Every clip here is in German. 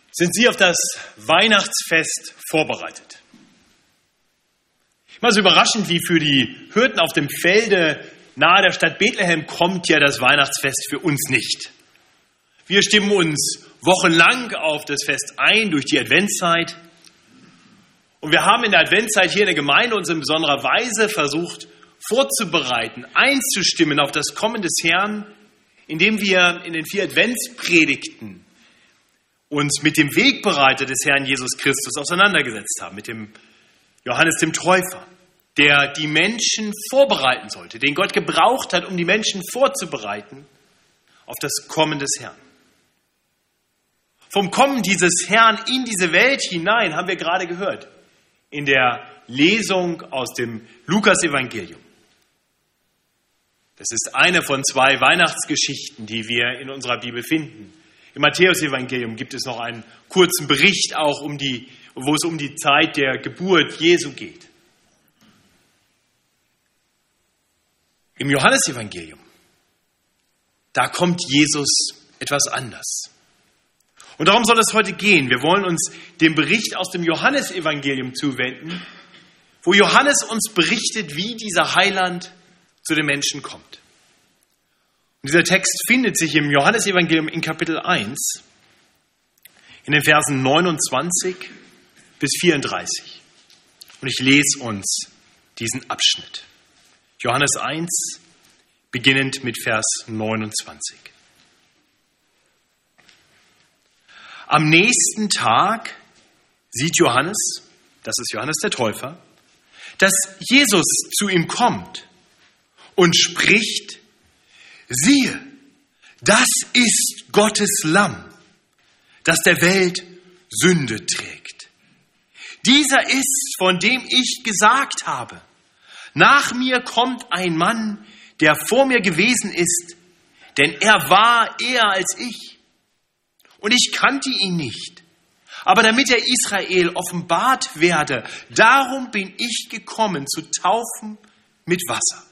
Sind Sie auf das Weihnachtsfest vorbereitet? Immer so überraschend, wie für die Hirten auf dem Felde nahe der Stadt Bethlehem kommt ja das Weihnachtsfest für uns nicht. Wir stimmen uns wochenlang auf das Fest ein durch die Adventszeit. Und wir haben in der Adventszeit hier in der Gemeinde uns in besonderer Weise versucht vorzubereiten, einzustimmen auf das Kommen des Herrn, indem wir in den 4 Adventspredigten uns mit dem Wegbereiter des Herrn Jesus Christus auseinandergesetzt haben, mit dem Johannes dem Täufer, der die Menschen vorbereiten sollte, den Gott gebraucht hat, um die Menschen vorzubereiten auf das Kommen des Herrn. Vom Kommen dieses Herrn in diese Welt hinein haben wir gerade gehört, in der Lesung aus dem Lukas-Evangelium. Das ist eine von 2 Weihnachtsgeschichten, die wir in unserer Bibel finden. Im Matthäus-Evangelium gibt es noch einen kurzen Bericht, auch wo es um die Zeit der Geburt Jesu geht. Im Johannes-Evangelium, da kommt Jesus etwas anders. Und darum soll es heute gehen. Wir wollen uns dem Bericht aus dem Johannes-Evangelium zuwenden, wo Johannes uns berichtet, wie dieser Heiland zu den Menschen kommt. Und dieser Text findet sich im Johannesevangelium in Kapitel 1, in den Versen 29 bis 34. Und ich lese uns diesen Abschnitt. Johannes 1, beginnend mit Vers 29. Am nächsten Tag sieht Johannes, das ist Johannes der Täufer, dass Jesus zu ihm kommt und spricht: Siehe, das ist Gottes Lamm, das der Welt Sünde trägt. Dieser ist, von dem ich gesagt habe: Nach mir kommt ein Mann, der vor mir gewesen ist, denn er war eher als ich. Und ich kannte ihn nicht. Aber damit er Israel offenbart werde, darum bin ich gekommen, zu taufen mit Wasser.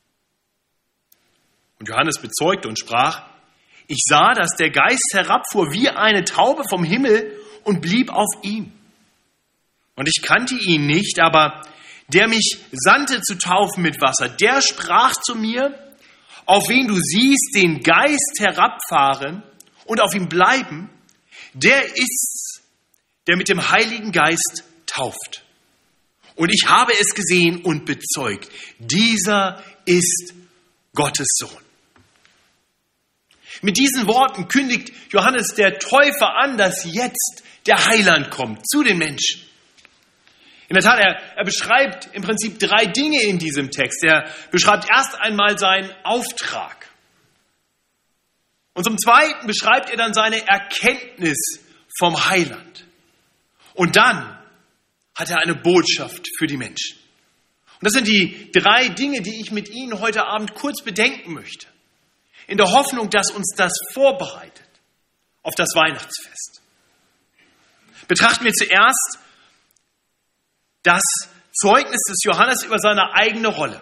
Und Johannes bezeugte und sprach: Ich sah, dass der Geist herabfuhr wie eine Taube vom Himmel und blieb auf ihm. Und ich kannte ihn nicht, aber der mich sandte zu taufen mit Wasser, der sprach zu mir: Auf wen du siehst den Geist herabfahren und auf ihm bleiben, der ist's, der mit dem Heiligen Geist tauft. Und ich habe es gesehen und bezeugt: Dieser ist Gottes Sohn. Mit diesen Worten kündigt Johannes der Täufer an, dass jetzt der Heiland kommt zu den Menschen. In der Tat, er beschreibt im Prinzip 3 Dinge in diesem Text. Er beschreibt erst einmal seinen Auftrag. Und zum Zweiten beschreibt er dann seine Erkenntnis vom Heiland. Und dann hat er eine Botschaft für die Menschen. Und das sind die 3 Dinge, die ich mit Ihnen heute Abend kurz bedenken möchte. In der Hoffnung, dass uns das vorbereitet auf das Weihnachtsfest. Betrachten wir zuerst das Zeugnis des Johannes über seine eigene Rolle.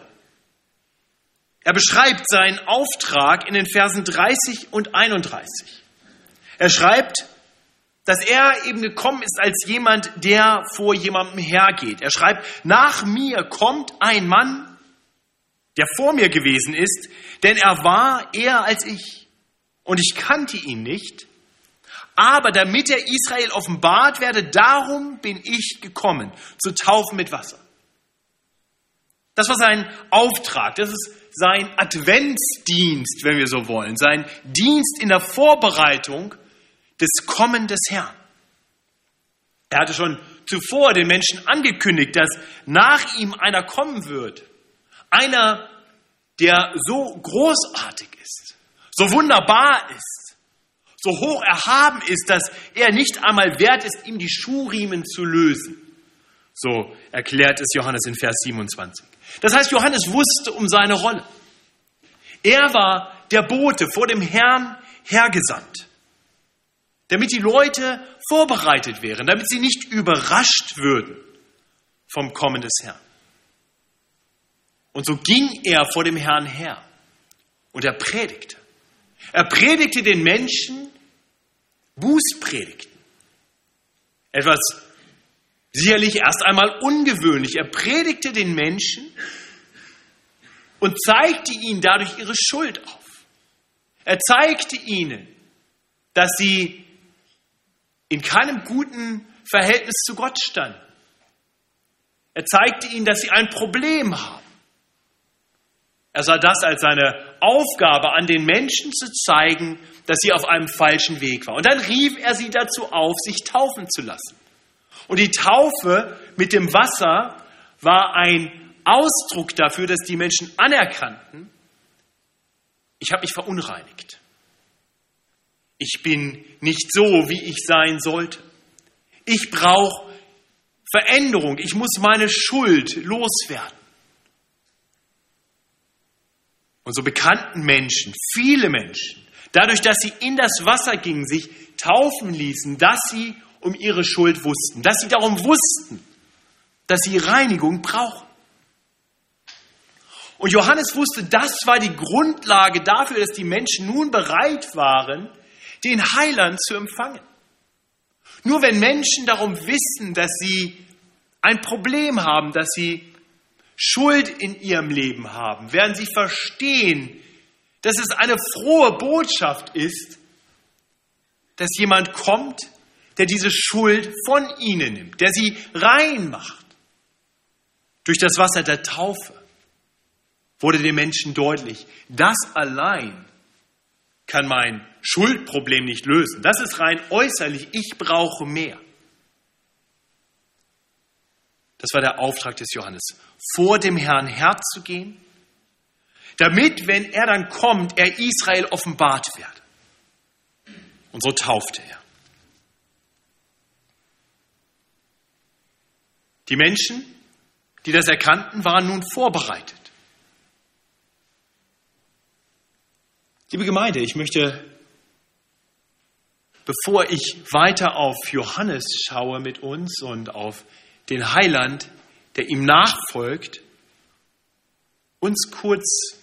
Er beschreibt seinen Auftrag in den Versen 30 und 31. Er schreibt, dass er eben gekommen ist als jemand, der vor jemandem hergeht. Er schreibt: Nach mir kommt ein Mann, der vor mir gewesen ist, denn er war eher als ich. Und ich kannte ihn nicht. Aber damit er Israel offenbart werde, darum bin ich gekommen, zu taufen mit Wasser. Das war sein Auftrag. Das ist sein Adventsdienst, wenn wir so wollen. Sein Dienst in der Vorbereitung des Kommen des Herrn. Er hatte schon zuvor den Menschen angekündigt, dass nach ihm einer kommen wird. Einer, der so großartig ist, so wunderbar ist, so hoch erhaben ist, dass er nicht einmal wert ist, ihm die Schuhriemen zu lösen. So erklärt es Johannes in Vers 27. Das heißt, Johannes wusste um seine Rolle. Er war der Bote, vor dem Herrn hergesandt, damit die Leute vorbereitet wären, damit sie nicht überrascht würden vom Kommen des Herrn. Und so ging er vor dem Herrn her und er predigte. Er predigte den Menschen Bußpredigten. Etwas sicherlich erst einmal ungewöhnlich. Er predigte den Menschen und zeigte ihnen dadurch ihre Schuld auf. Er zeigte ihnen, dass sie in keinem guten Verhältnis zu Gott standen. Er zeigte ihnen, dass sie ein Problem haben. Er sah das als seine Aufgabe an den Menschen zu zeigen, dass sie auf einem falschen Weg waren. Und dann rief er sie dazu auf, sich taufen zu lassen. Und die Taufe mit dem Wasser war ein Ausdruck dafür, dass die Menschen anerkannten, ich habe mich verunreinigt. Ich bin nicht so, wie ich sein sollte. Ich brauche Veränderung. Ich muss meine Schuld loswerden. Und so bekannten Menschen, viele Menschen, dadurch, dass sie in das Wasser gingen, sich taufen ließen, dass sie um ihre Schuld wussten, dass sie darum wussten, dass sie Reinigung brauchen. Und Johannes wusste, das war die Grundlage dafür, dass die Menschen nun bereit waren, den Heiland zu empfangen. Nur wenn Menschen darum wissen, dass sie ein Problem haben, dass sie Schuld in ihrem Leben haben, werden sie verstehen, dass es eine frohe Botschaft ist, dass jemand kommt, der diese Schuld von ihnen nimmt, der sie rein macht. Durch das Wasser der Taufe wurde den Menschen deutlich, das allein kann mein Schuldproblem nicht lösen. Das ist rein äußerlich, ich brauche mehr. Das war der Auftrag des Johannes, vor dem Herrn herzugehen, damit, wenn er dann kommt, er Israel offenbart werde. Und so taufte er. Die Menschen, die das erkannten, waren nun vorbereitet. Liebe Gemeinde, ich möchte, bevor ich weiter auf Johannes schaue mit uns und auf den Heiland, der ihm nachfolgt, uns kurz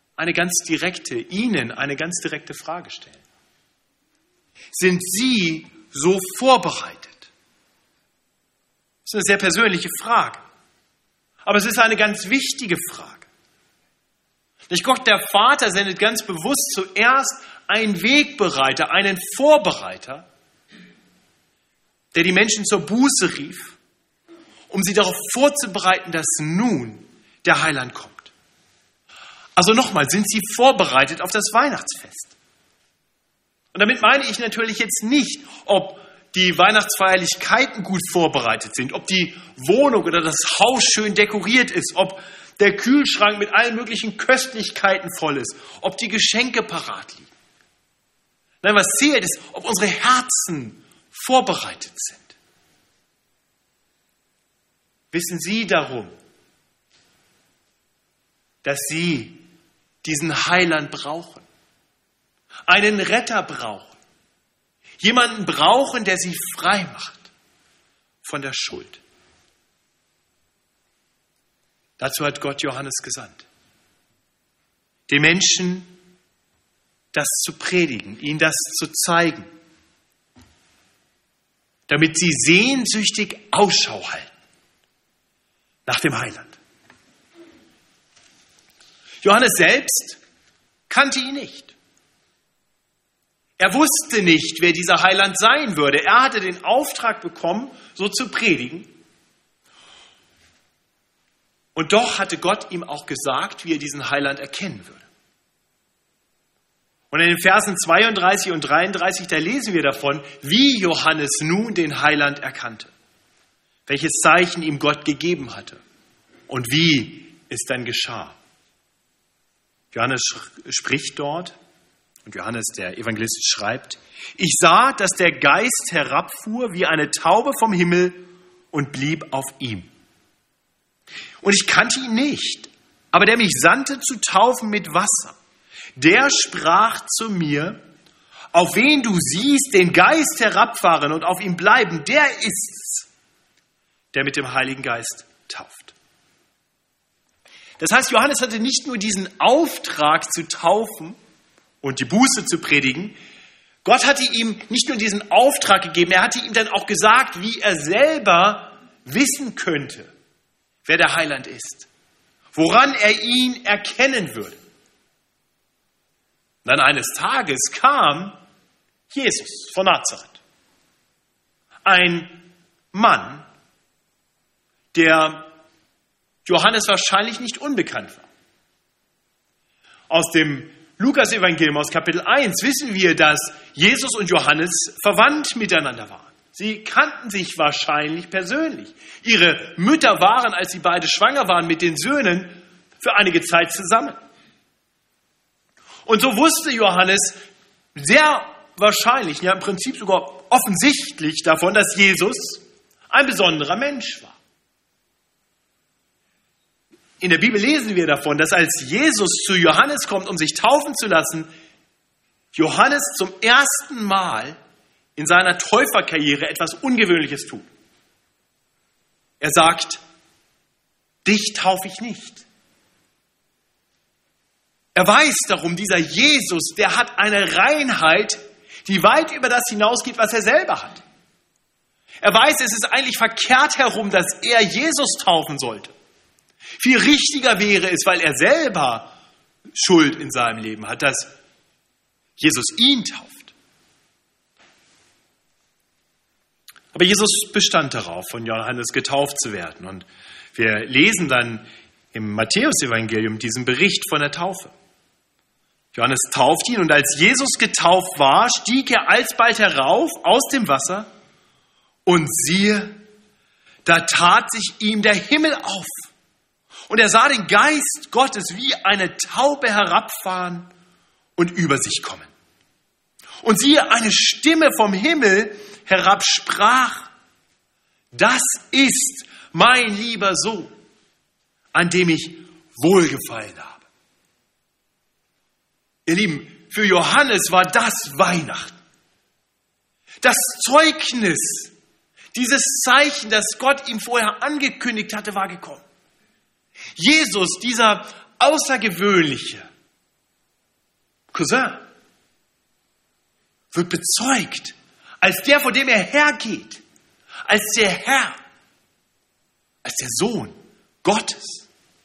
Ihnen eine ganz direkte Frage stellen. Sind Sie so vorbereitet? Das ist eine sehr persönliche Frage. Aber es ist eine ganz wichtige Frage. Nicht Gott, der Vater, sendet ganz bewusst zuerst einen Wegbereiter, einen Vorbereiter, der die Menschen zur Buße rief, um sie darauf vorzubereiten, dass nun der Heiland kommt. Also nochmal, sind sie vorbereitet auf das Weihnachtsfest? Und damit meine ich natürlich jetzt nicht, ob die Weihnachtsfeierlichkeiten gut vorbereitet sind, ob die Wohnung oder das Haus schön dekoriert ist, ob der Kühlschrank mit allen möglichen Köstlichkeiten voll ist, ob die Geschenke parat liegen. Nein, was zählt ist, ob unsere Herzen vorbereitet sind. Wissen Sie darum, dass Sie diesen Heiland brauchen, einen Retter brauchen, jemanden brauchen, der Sie frei macht von der Schuld. Dazu hat Gott Johannes gesandt, den Menschen das zu predigen, ihnen das zu zeigen, damit sie sehnsüchtig Ausschau halten nach dem Heiland. Johannes selbst kannte ihn nicht. Er wusste nicht, wer dieser Heiland sein würde. Er hatte den Auftrag bekommen, so zu predigen. Und doch hatte Gott ihm auch gesagt, wie er diesen Heiland erkennen würde. Und in den Versen 32 und 33, da lesen wir davon, wie Johannes nun den Heiland erkannte, welches Zeichen ihm Gott gegeben hatte und wie es dann geschah. Johannes spricht dort, und Johannes, der Evangelist, schreibt, ich sah, dass der Geist herabfuhr wie eine Taube vom Himmel und blieb auf ihm. Und ich kannte ihn nicht, aber der mich sandte zu taufen mit Wasser, der sprach zu mir, auf wen du siehst den Geist herabfahren und auf ihm bleiben, der ist's, der mit dem Heiligen Geist tauft. Das heißt, Johannes hatte nicht nur diesen Auftrag zu taufen und die Buße zu predigen, Gott hatte ihm nicht nur diesen Auftrag gegeben, er hatte ihm dann auch gesagt, wie er selber wissen könnte, wer der Heiland ist, woran er ihn erkennen würde. Und dann eines Tages kam Jesus von Nazareth, ein Mann, der Johannes wahrscheinlich nicht unbekannt war. Aus dem Lukas-Evangelium, aus Kapitel 1, wissen wir, dass Jesus und Johannes verwandt miteinander waren. Sie kannten sich wahrscheinlich persönlich. Ihre Mütter waren, als sie beide schwanger waren mit den Söhnen, für einige Zeit zusammen. Und so wusste Johannes sehr wahrscheinlich, ja im Prinzip sogar offensichtlich davon, dass Jesus ein besonderer Mensch war. In der Bibel lesen wir davon, dass als Jesus zu Johannes kommt, um sich taufen zu lassen, Johannes zum ersten Mal in seiner Täuferkarriere etwas Ungewöhnliches tut. Er sagt, dich taufe ich nicht. Er weiß darum, dieser Jesus, der hat eine Reinheit, die weit über das hinausgeht, was er selber hat. Er weiß, es ist eigentlich verkehrt herum, dass er Jesus taufen sollte. Viel richtiger wäre es, weil er selber Schuld in seinem Leben hat, dass Jesus ihn tauft. Aber Jesus bestand darauf, von Johannes getauft zu werden. Und wir lesen dann im Matthäus-Evangelium diesen Bericht von der Taufe. Johannes tauft ihn und als Jesus getauft war, stieg er alsbald herauf aus dem Wasser und siehe, da tat sich ihm der Himmel auf. Und er sah den Geist Gottes wie eine Taube herabfahren und über sich kommen. Und siehe, eine Stimme vom Himmel herab sprach, das ist mein lieber Sohn, an dem ich wohlgefallen habe. Ihr Lieben, für Johannes war das Weihnachten. Das Zeugnis, dieses Zeichen, das Gott ihm vorher angekündigt hatte, war gekommen. Jesus, dieser außergewöhnliche Cousin, wird bezeugt als der, vor dem er hergeht, als der Herr, als der Sohn Gottes.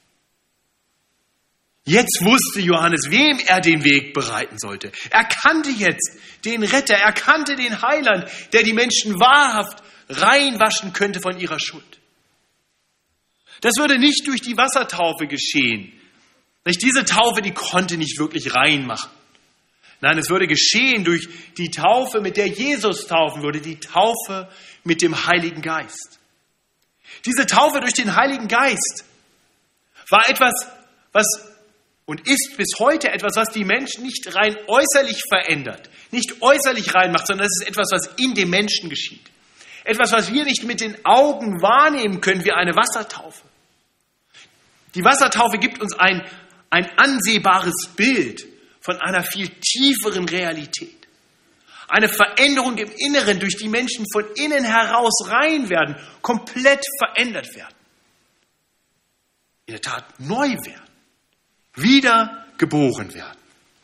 Jetzt wusste Johannes, wem er den Weg bereiten sollte. Er kannte jetzt den Retter, er kannte den Heiland, der die Menschen wahrhaft reinwaschen könnte von ihrer Schuld. Das würde nicht durch die Wassertaufe geschehen. Diese Taufe, die konnte nicht wirklich reinmachen. Nein, es würde geschehen durch die Taufe, mit der Jesus taufen würde, die Taufe mit dem Heiligen Geist. Diese Taufe durch den Heiligen Geist war etwas, was und ist bis heute etwas, was die Menschen nicht rein äußerlich verändert, nicht äußerlich reinmacht, sondern es ist etwas, was in dem Menschen geschieht. Etwas, was wir nicht mit den Augen wahrnehmen können, wie eine Wassertaufe. Die Wassertaufe gibt uns ein ansehbares Bild von einer viel tieferen Realität. Eine Veränderung im Inneren, durch die Menschen von innen heraus rein werden, komplett verändert werden. In der Tat neu werden, wieder geboren werden.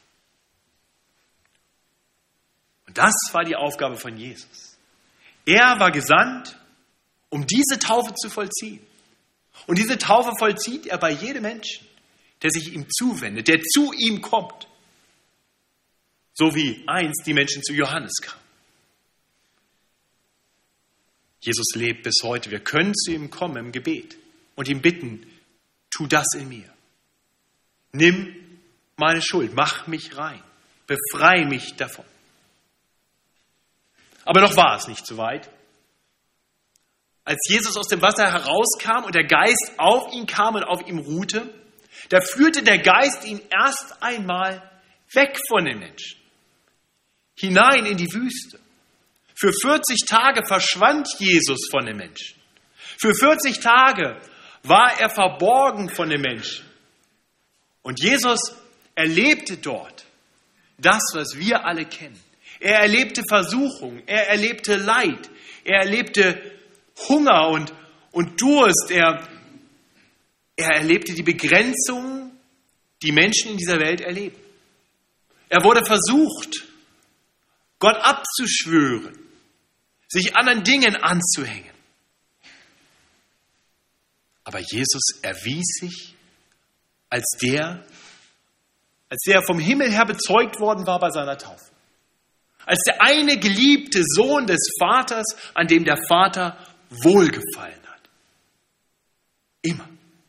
Und das war die Aufgabe von Jesus. Er war gesandt, um diese Taufe zu vollziehen. Und diese Taufe vollzieht er bei jedem Menschen, der sich ihm zuwendet, der zu ihm kommt. So wie einst die Menschen zu Johannes kamen. Jesus lebt bis heute. Wir können zu ihm kommen im Gebet und ihm bitten, tu das in mir. Nimm meine Schuld, mach mich rein, befreie mich davon. Aber noch war es nicht so weit. Als Jesus aus dem Wasser herauskam und der Geist auf ihn kam und auf ihm ruhte, da führte der Geist ihn erst einmal weg von den Menschen, hinein in die Wüste. Für 40 Tage verschwand Jesus von den Menschen. Für 40 Tage war er verborgen von den Menschen. Und Jesus erlebte dort das, was wir alle kennen. Er erlebte Versuchung, er erlebte Leid, er erlebte Hunger und Durst, er erlebte die Begrenzungen, die Menschen in dieser Welt erleben. Er wurde versucht, Gott abzuschwören, sich anderen Dingen anzuhängen. Aber Jesus erwies sich als der vom Himmel her bezeugt worden war bei seiner Taufe. Als der eine geliebte Sohn des Vaters, an dem der Vater wohlgefallen hat. Immer.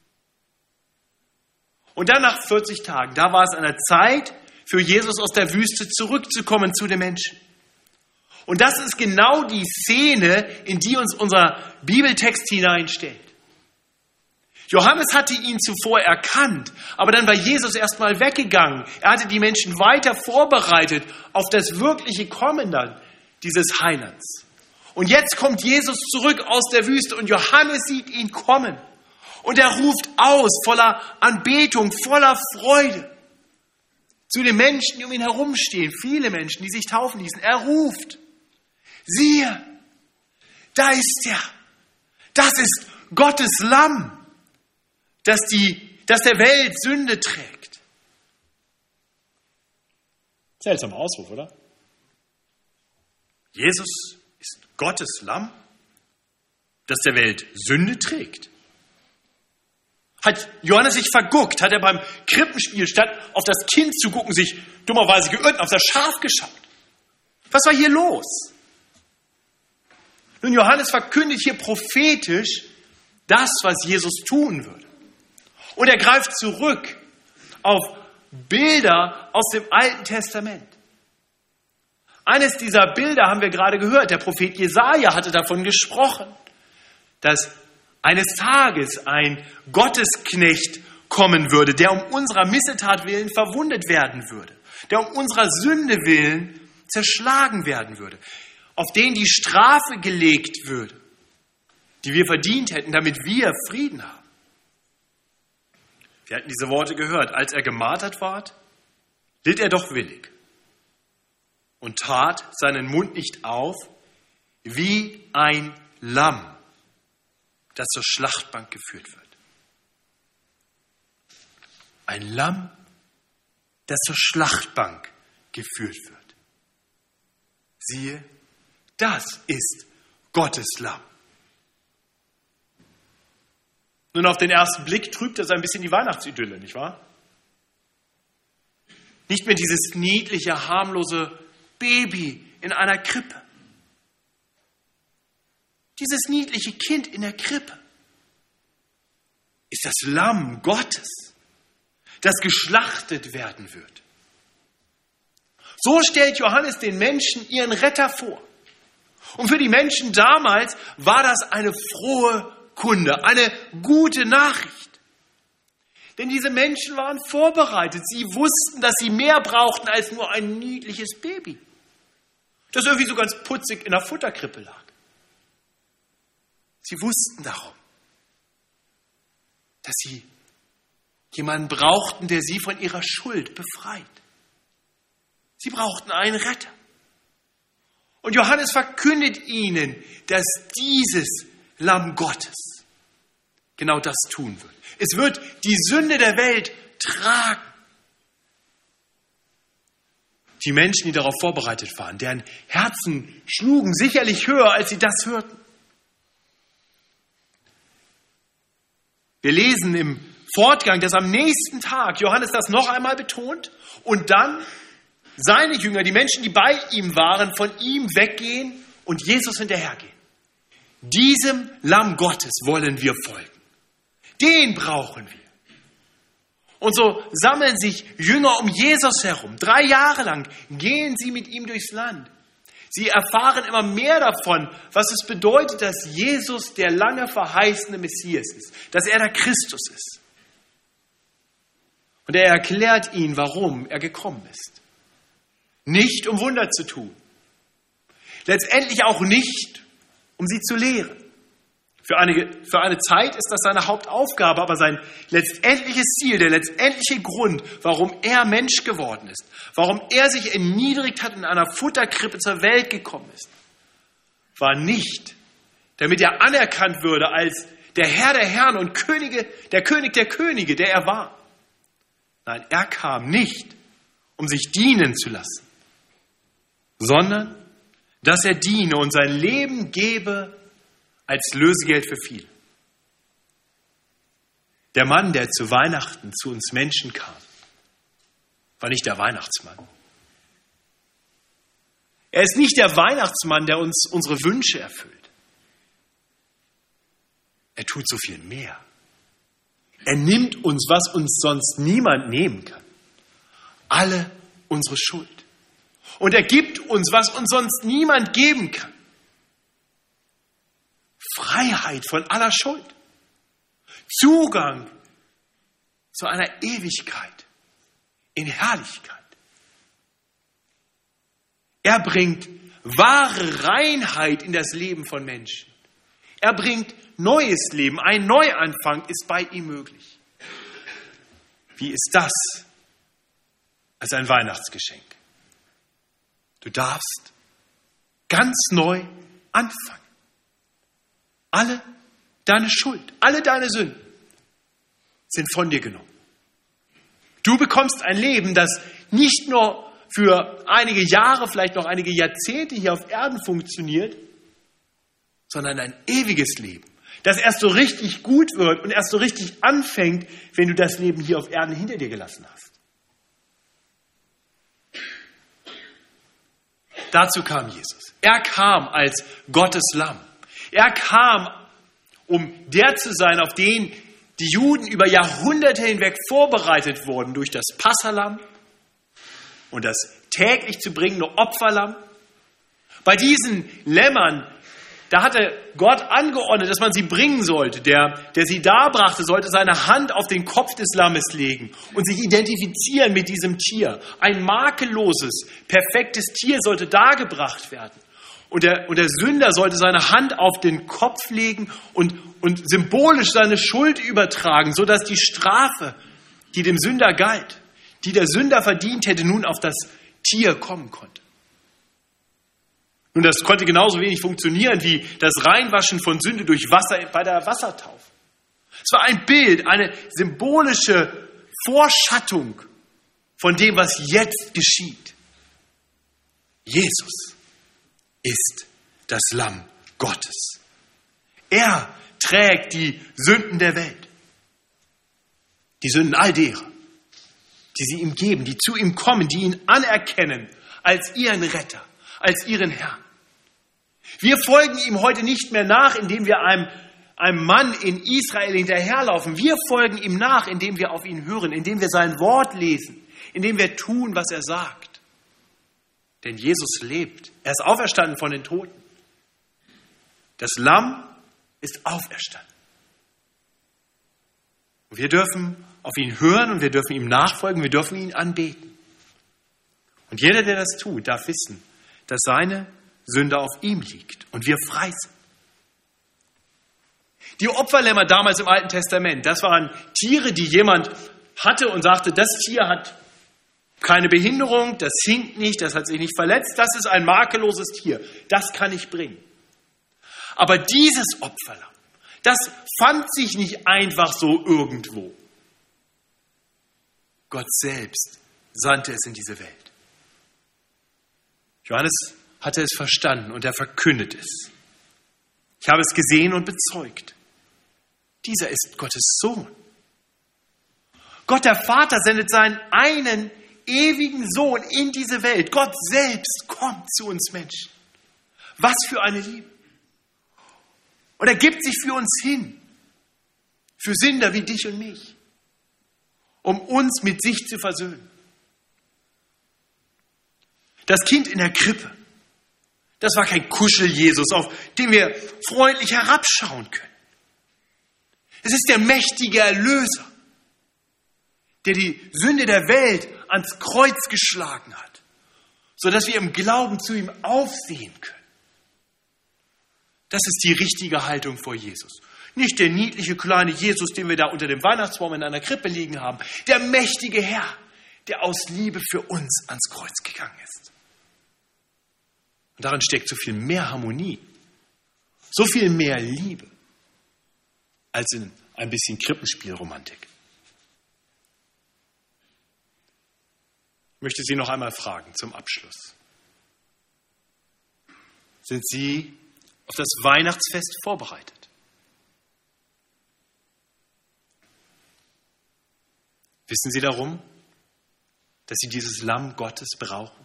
Und dann nach 40 Tagen, da war es an der Zeit für Jesus aus der Wüste zurückzukommen zu den Menschen. Und das ist genau die Szene, in die uns unser Bibeltext hineinstellt. Johannes hatte ihn zuvor erkannt, aber dann war Jesus erstmal weggegangen. Er hatte die Menschen weiter vorbereitet auf das wirkliche Kommen dann dieses Heilands. Und jetzt kommt Jesus zurück aus der Wüste und Johannes sieht ihn kommen. Und er ruft aus, voller Anbetung, voller Freude. Zu den Menschen, die um ihn herumstehen, viele Menschen, die sich taufen ließen. Er ruft, siehe, da ist er. Das ist Gottes Lamm, das der Welt Sünde trägt. Seltsamer Ausruf, oder? Jesus ist Gottes Lamm, das der Welt Sünde trägt. Hat Johannes sich verguckt? Hat er beim Krippenspiel, statt auf das Kind zu gucken, sich dummerweise geirrt und auf das Schaf geschaut? Was war hier los? Nun, Johannes verkündet hier prophetisch das, was Jesus tun würde. Und er greift zurück auf Bilder aus dem Alten Testament. Eines dieser Bilder haben wir gerade gehört. Der Prophet Jesaja hatte davon gesprochen, dass eines Tages ein Gottesknecht kommen würde, der um unserer Missetat willen verwundet werden würde, der um unserer Sünde willen zerschlagen werden würde, auf den die Strafe gelegt würde, die wir verdient hätten, damit wir Frieden haben. Wir hatten diese Worte gehört. Als er gemartert ward, litt er doch willig und tat seinen Mund nicht auf, wie ein Lamm, das zur Schlachtbank geführt wird. Ein Lamm, das zur Schlachtbank geführt wird. Siehe, das ist Gottes Lamm. Nun, auf den ersten Blick trübt das ein bisschen die Weihnachtsidylle, nicht wahr? Nicht mehr dieses niedliche, harmlose Baby in einer Krippe. Dieses niedliche Kind in der Krippe ist das Lamm Gottes, das geschlachtet werden wird. So stellt Johannes den Menschen ihren Retter vor. Und für die Menschen damals war das eine frohe Kunde, eine gute Nachricht. Denn diese Menschen waren vorbereitet. Sie wussten, dass sie mehr brauchten als nur ein niedliches Baby, das irgendwie so ganz putzig in der Futterkrippe lag. Sie wussten darum, dass sie jemanden brauchten, der sie von ihrer Schuld befreit. Sie brauchten einen Retter. Und Johannes verkündet ihnen, dass dieses Lamm Gottes genau das tun wird. Es wird die Sünde der Welt tragen. Die Menschen, die darauf vorbereitet waren, deren Herzen schlugen sicherlich höher, als sie das hörten. Wir lesen im Fortgang, dass am nächsten Tag Johannes das noch einmal betont und dann seine Jünger, die Menschen, die bei ihm waren, von ihm weggehen und Jesus hinterhergehen. Diesem Lamm Gottes wollen wir folgen. Den brauchen wir. Und so sammeln sich Jünger um Jesus herum. 3 Jahre lang gehen sie mit ihm durchs Land. Sie erfahren immer mehr davon, was es bedeutet, dass Jesus der lange verheißene Messias ist, dass er der Christus ist. Und er erklärt ihnen, warum er gekommen ist. Nicht, um Wunder zu tun. Letztendlich auch nicht, um sie zu lehren. Für eine Zeit ist das seine Hauptaufgabe, aber sein letztendliches Ziel, der letztendliche Grund, warum er Mensch geworden ist, warum er sich erniedrigt hat und in einer Futterkrippe zur Welt gekommen ist, war nicht, damit er anerkannt würde als der Herr der Herren und der König der Könige, der er war. Nein, er kam nicht, um sich dienen zu lassen, sondern dass er diene und sein Leben gebe als Lösegeld für viele. Der Mann, der zu Weihnachten zu uns Menschen kam, war nicht der Weihnachtsmann. Er ist nicht der Weihnachtsmann, der uns unsere Wünsche erfüllt. Er tut so viel mehr. Er nimmt uns, was uns sonst niemand nehmen kann. Alle unsere Schuld. Und er gibt uns, was uns sonst niemand geben kann. Freiheit von aller Schuld. Zugang zu einer Ewigkeit in Herrlichkeit. Er bringt wahre Reinheit in das Leben von Menschen. Er bringt neues Leben. Ein Neuanfang ist bei ihm möglich. Wie ist das als ein Weihnachtsgeschenk? Du darfst ganz neu anfangen. Alle deine Schuld, alle deine Sünden sind von dir genommen. Du bekommst ein Leben, das nicht nur für einige Jahre, vielleicht noch einige Jahrzehnte hier auf Erden funktioniert, sondern ein ewiges Leben, das erst so richtig gut wird und erst so richtig anfängt, wenn du das Leben hier auf Erden hinter dir gelassen hast. Dazu kam Jesus. Er kam als Gottes Lamm. Er kam, um der zu sein, auf den die Juden über Jahrhunderte hinweg vorbereitet wurden durch das Passalamm und das täglich zu bringende Opferlamm. Bei diesen Lämmern, da hatte Gott angeordnet, dass man sie bringen sollte. Der sie darbrachte, sollte seine Hand auf den Kopf des Lammes legen und sich identifizieren mit diesem Tier. Ein makelloses, perfektes Tier sollte dargebracht werden. Und der Sünder sollte seine Hand auf den Kopf legen und symbolisch seine Schuld übertragen, sodass die Strafe, die dem Sünder galt, die der Sünder verdient hätte, nun auf das Tier kommen konnte. Nun, das konnte genauso wenig funktionieren wie das Reinwaschen von Sünde durch Wasser bei der Wassertaufe. Es war ein Bild, eine symbolische Vorschattung von dem, was jetzt geschieht. Jesus ist das Lamm Gottes. Er trägt die Sünden der Welt. Die Sünden all derer, die sie ihm geben, die zu ihm kommen, die ihn anerkennen als ihren Retter, als ihren Herrn. Wir folgen ihm heute nicht mehr nach, indem wir einem Mann in Israel hinterherlaufen. Wir folgen ihm nach, indem wir auf ihn hören, indem wir sein Wort lesen, indem wir tun, was er sagt. Denn Jesus lebt. Er ist auferstanden von den Toten. Das Lamm ist auferstanden. Und wir dürfen auf ihn hören und wir dürfen ihm nachfolgen, wir dürfen ihn anbeten. Und jeder, der das tut, darf wissen, dass seine Sünde auf ihm liegt und wir frei sind. Die Opferlämmer damals im Alten Testament, das waren Tiere, die jemand hatte und sagte, das Tier hat keine Behinderung, das hinkt nicht, das hat sich nicht verletzt, das ist ein makelloses Tier, das kann ich bringen. Aber dieses Opferlamm, das fand sich nicht einfach so irgendwo. Gott selbst sandte es in diese Welt. Johannes hatte es verstanden und er verkündet es. Ich habe es gesehen und bezeugt. Dieser ist Gottes Sohn. Gott der Vater sendet seinen einen ewigen Sohn in diese Welt. Gott selbst kommt zu uns Menschen. Was für eine Liebe. Und er gibt sich für uns hin. Für Sünder wie dich und mich. Um uns mit sich zu versöhnen. Das Kind in der Krippe, das war kein Kuschel-Jesus, auf den wir freundlich herabschauen können. Es ist der mächtige Erlöser, der die Sünde der Welt ans Kreuz geschlagen hat, sodass wir im Glauben zu ihm aufsehen können. Das ist die richtige Haltung vor Jesus. Nicht der niedliche kleine Jesus, den wir da unter dem Weihnachtsbaum in einer Krippe liegen haben. Der mächtige Herr, der aus Liebe für uns ans Kreuz gegangen ist. Und darin steckt so viel mehr Harmonie, so viel mehr Liebe, als in ein bisschen Krippenspielromantik. Ich möchte Sie noch einmal fragen zum Abschluss. sind Sie auf das Weihnachtsfest vorbereitet? Wissen Sie darum, dass Sie dieses Lamm Gottes brauchen?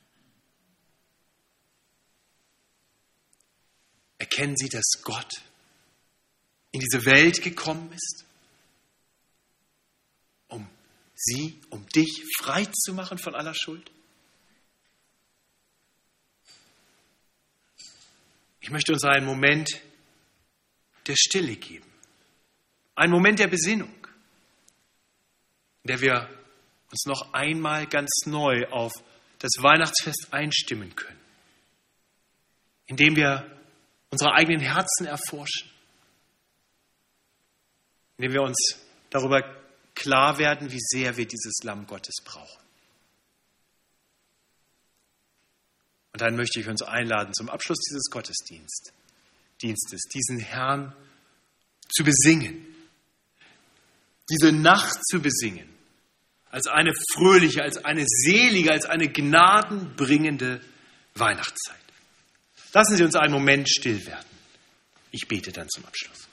Erkennen Sie, dass Gott in diese Welt gekommen ist, um Sie, um dich frei zu machen von aller Schuld? Ich möchte uns einen Moment der Stille geben, einen Moment der Besinnung, in der wir uns noch einmal ganz neu auf das Weihnachtsfest einstimmen können, indem wir unsere eigenen Herzen erforschen, indem wir uns darüber klar werden, wie sehr wir dieses Lamm Gottes brauchen. Und dann möchte ich uns einladen, zum Abschluss dieses Gottesdienstes, diesen Herrn zu besingen, diese Nacht zu besingen, als eine fröhliche, als eine selige, als eine gnadenbringende Weihnachtszeit. Lassen Sie uns einen Moment still werden. Ich bete dann zum Abschluss.